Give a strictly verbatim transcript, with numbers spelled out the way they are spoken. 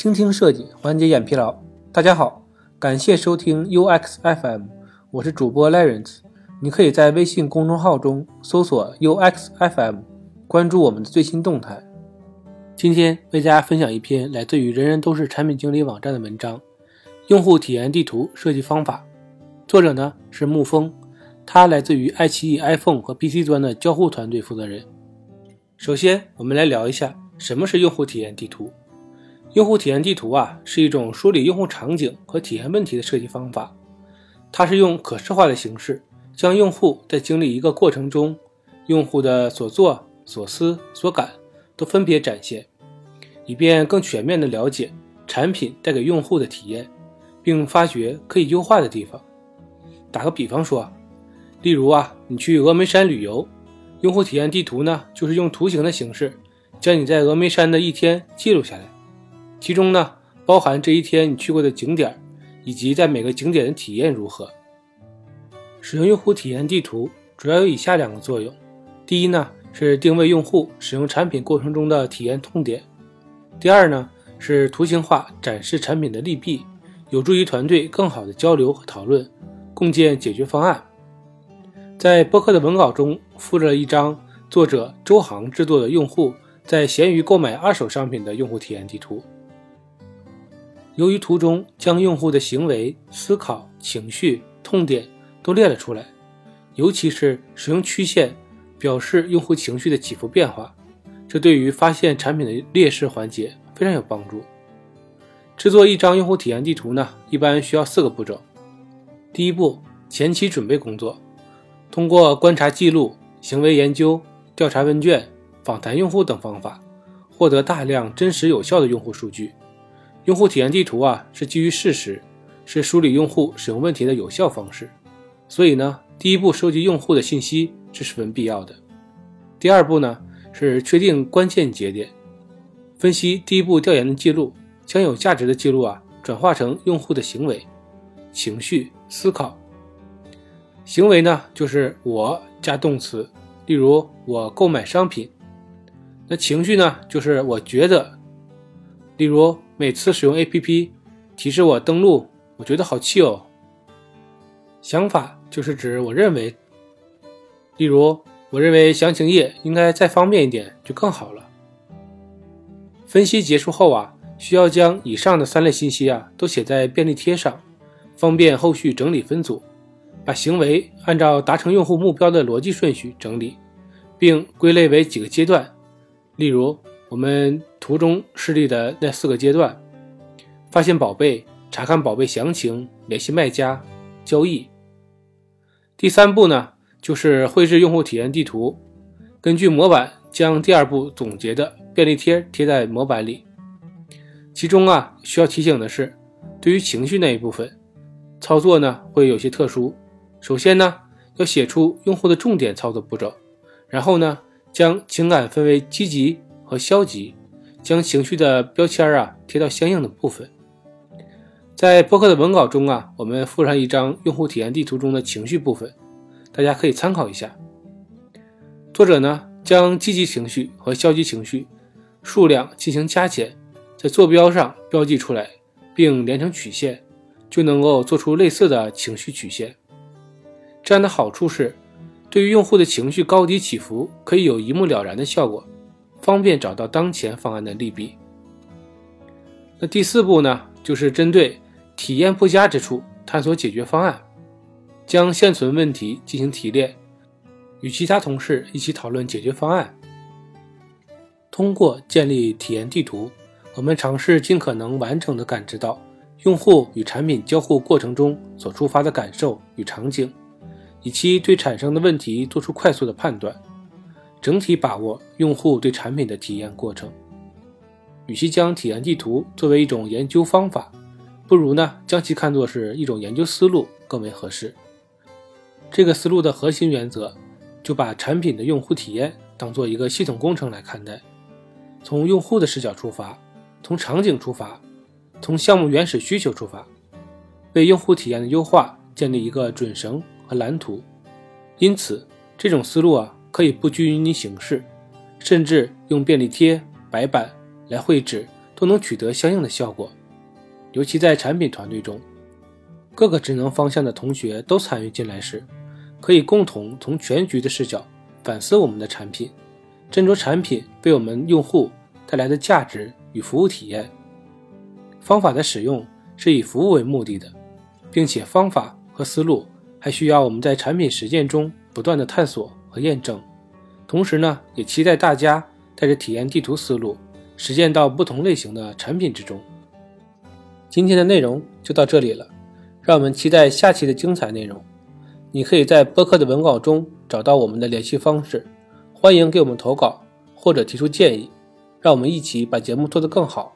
倾听设计，缓解眼疲劳。大家好，感谢收听 U X F M， 我是主播 Lawrence。你可以在微信公众号中搜索 U X F M， 关注我们的最新动态。今天为大家分享一篇来自于人人都是产品经理网站的文章，用户体验地图设计方法。作者呢是沐风，他来自于爱奇艺 iPhone 和 P C 端的交互团队负责人。首先我们来聊一下什么是用户体验地图。用户体验地图啊，是一种梳理用户场景和体验问题的设计方法。它是用可视化的形式，将用户在经历一个过程中，用户的所作、所思、所感都分别展现，以便更全面地了解产品带给用户的体验，并发掘可以优化的地方。打个比方说，例如啊，你去峨眉山旅游，用户体验地图呢，就是用图形的形式，将你在峨眉山的一天记录下来。其中呢，包含这一天你去过的景点，以及在每个景点的体验如何。使用用户体验地图主要有以下两个作用。第一呢，是定位用户使用产品过程中的体验痛点。第二呢，是图形化展示产品的利弊，有助于团队更好的交流和讨论，共建解决方案。在播客的文稿中附了一张作者周航制作的用户在闲鱼购买二手商品的用户体验地图。由于图中将用户的行为、思考、情绪、痛点都列了出来，尤其是使用曲线表示用户情绪的起伏变化，这对于发现产品的劣势环节非常有帮助。制作一张用户体验地图呢，一般需要四个步骤。第一步，前期准备工作，通过观察记录、行为研究、调查问卷、访谈用户等方法，获得大量真实有效的用户数据。用户体验地图啊，是基于事实，是梳理用户使用问题的有效方式。所以呢，第一步收集用户的信息是十分必要的。第二步呢，是确定关键节点，分析第一步调研的记录，将有价值的记录啊转化成用户的行为、情绪、思考。行为呢，就是我加动词，例如我购买商品。那情绪呢，就是我觉得，例如每次使用 A P P 提示我登录，我觉得好气哦。想法就是指我认为，例如我认为详情页应该再方便一点就更好了。分析结束后啊，需要将以上的三类信息啊都写在便利贴上，方便后续整理分组，把行为按照达成用户目标的逻辑顺序整理，并归类为几个阶段。例如我们图中示例的那四个阶段：发现宝贝、查看宝贝详情、联系卖家、交易。第三步呢，就是绘制用户体验地图，根据模板将第二步总结的便利贴贴在模板里。其中啊，需要提醒的是，对于情绪那一部分，操作呢会有些特殊。首先呢，要写出用户的重点操作步骤，然后呢，将情感分为积极和消极，将情绪的标签啊贴到相应的部分。在播客的文稿中啊，我们附上一张用户体验地图中的情绪部分，大家可以参考一下。作者呢，将积极情绪和消极情绪数量进行加减，在坐标上标记出来，并连成曲线，就能够做出类似的情绪曲线。这样的好处是，对于用户的情绪高低起伏可以有一目了然的效果，方便找到当前方案的利弊。那第四步呢，就是针对体验不佳之处探索解决方案，将现存问题进行提炼，与其他同事一起讨论解决方案。通过建立体验地图，我们尝试尽可能完整地感知到用户与产品交互过程中所触发的感受与场景，以期对产生的问题做出快速的判断，整体把握用户对产品的体验过程。与其将体验地图作为一种研究方法，不如呢将其看作是一种研究思路更为合适。这个思路的核心原则，就把产品的用户体验当作一个系统工程来看待，从用户的视角出发，从场景出发，从项目原始需求出发，为用户体验的优化建立一个准绳和蓝图。因此这种思路啊，可以不拘泥形式，甚至用便利贴、白板来绘制，都都能取得相应的效果。尤其在产品团队中，各个职能方向的同学都参与进来时，可以共同从全局的视角反思我们的产品，斟酌产品为我们用户带来的价值与服务体验。方法的使用是以服务为目的的，并且方法和思路还需要我们在产品实践中不断的探索和验证。同时呢，也期待大家带着体验地图思路实践到不同类型的产品之中。今天的内容就到这里了，让我们期待下期的精彩内容。你可以在播客的文稿中找到我们的联系方式，欢迎给我们投稿或者提出建议，让我们一起把节目做得更好。